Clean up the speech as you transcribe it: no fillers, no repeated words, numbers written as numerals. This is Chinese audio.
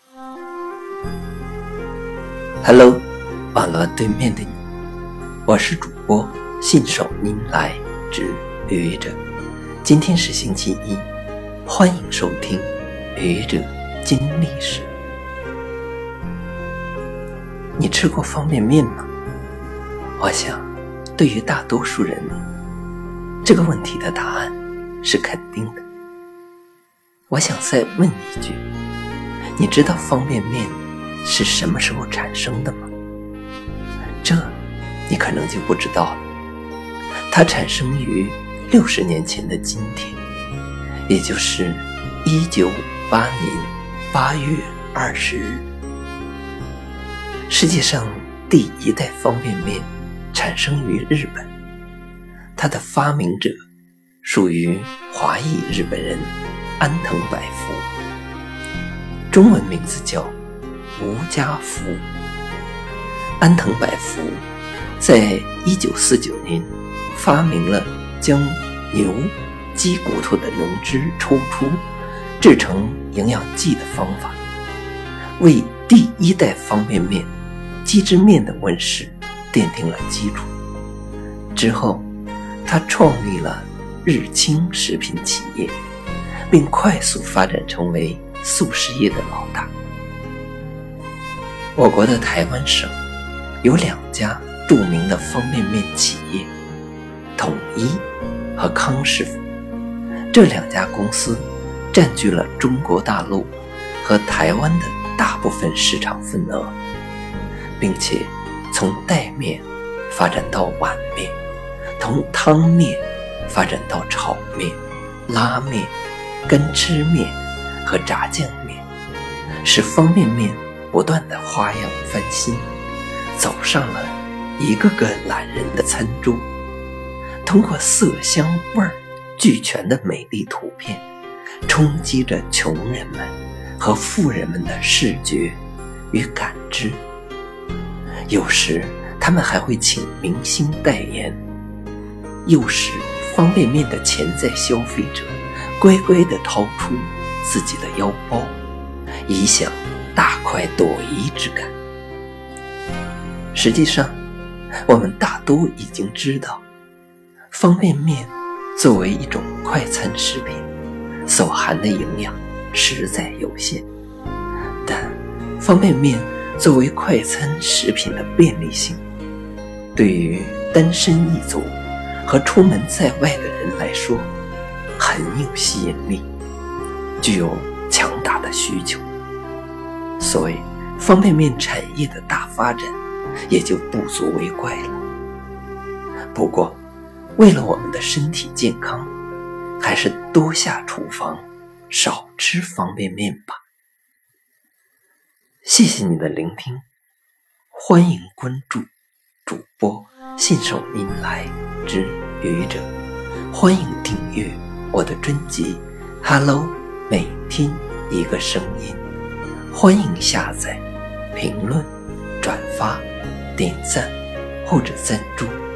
Hello， 网络对面的你，我是主播信手拈来之愚者。今天是星期一，欢迎收听愚者经历史。你吃过方便面吗？我想对于大多数人，这个问题的答案是肯定的。我想再问一句，你知道方便面是什么时候产生的吗？这你可能就不知道了。它产生于60年前的今天，也就是1958年8月20日。世界上第一代方便面产生于日本，它的发明者属于华裔日本人安藤百福，中文名字叫吴家福。安藤百福在1949年发明了将牛、鸡骨头的浓汁抽出制成营养剂的方法，为第一代方便面鸡汁面的问世奠定了基础。之后他创立了日清食品企业，并快速发展成为速食业的老大。我国的台湾省有2家著名的方便面企业，统一和康师傅。这2家公司占据了中国大陆和台湾的大部分市场份额，并且从带面发展到碗面，从汤面发展到炒面、拉面、干吃面和炸酱面，使方便面不断的花样翻新，走上了一个个懒人的餐桌，通过色香味俱全的美丽图片，冲击着穷人们和富人们的视觉与感知。有时他们还会请明星代言，诱使方便面的潜在消费者乖乖地掏出自己的腰包，以享大快朵颐之感。实际上，我们大都已经知道，方便面作为一种快餐食品，所含的营养实在有限。但方便面作为快餐食品的便利性，对于单身一族和出门在外的人来说很有吸引力，具有强大的需求，所以方便面产业的大发展也就不足为怪了。不过为了我们的身体健康，还是多下厨房，少吃方便面吧。谢谢你的聆听，欢迎关注主播信手拈来之愚者，欢迎订阅我的专辑 Hello， 每天一个声音，欢迎下载、评论、转发、点赞或者赞助。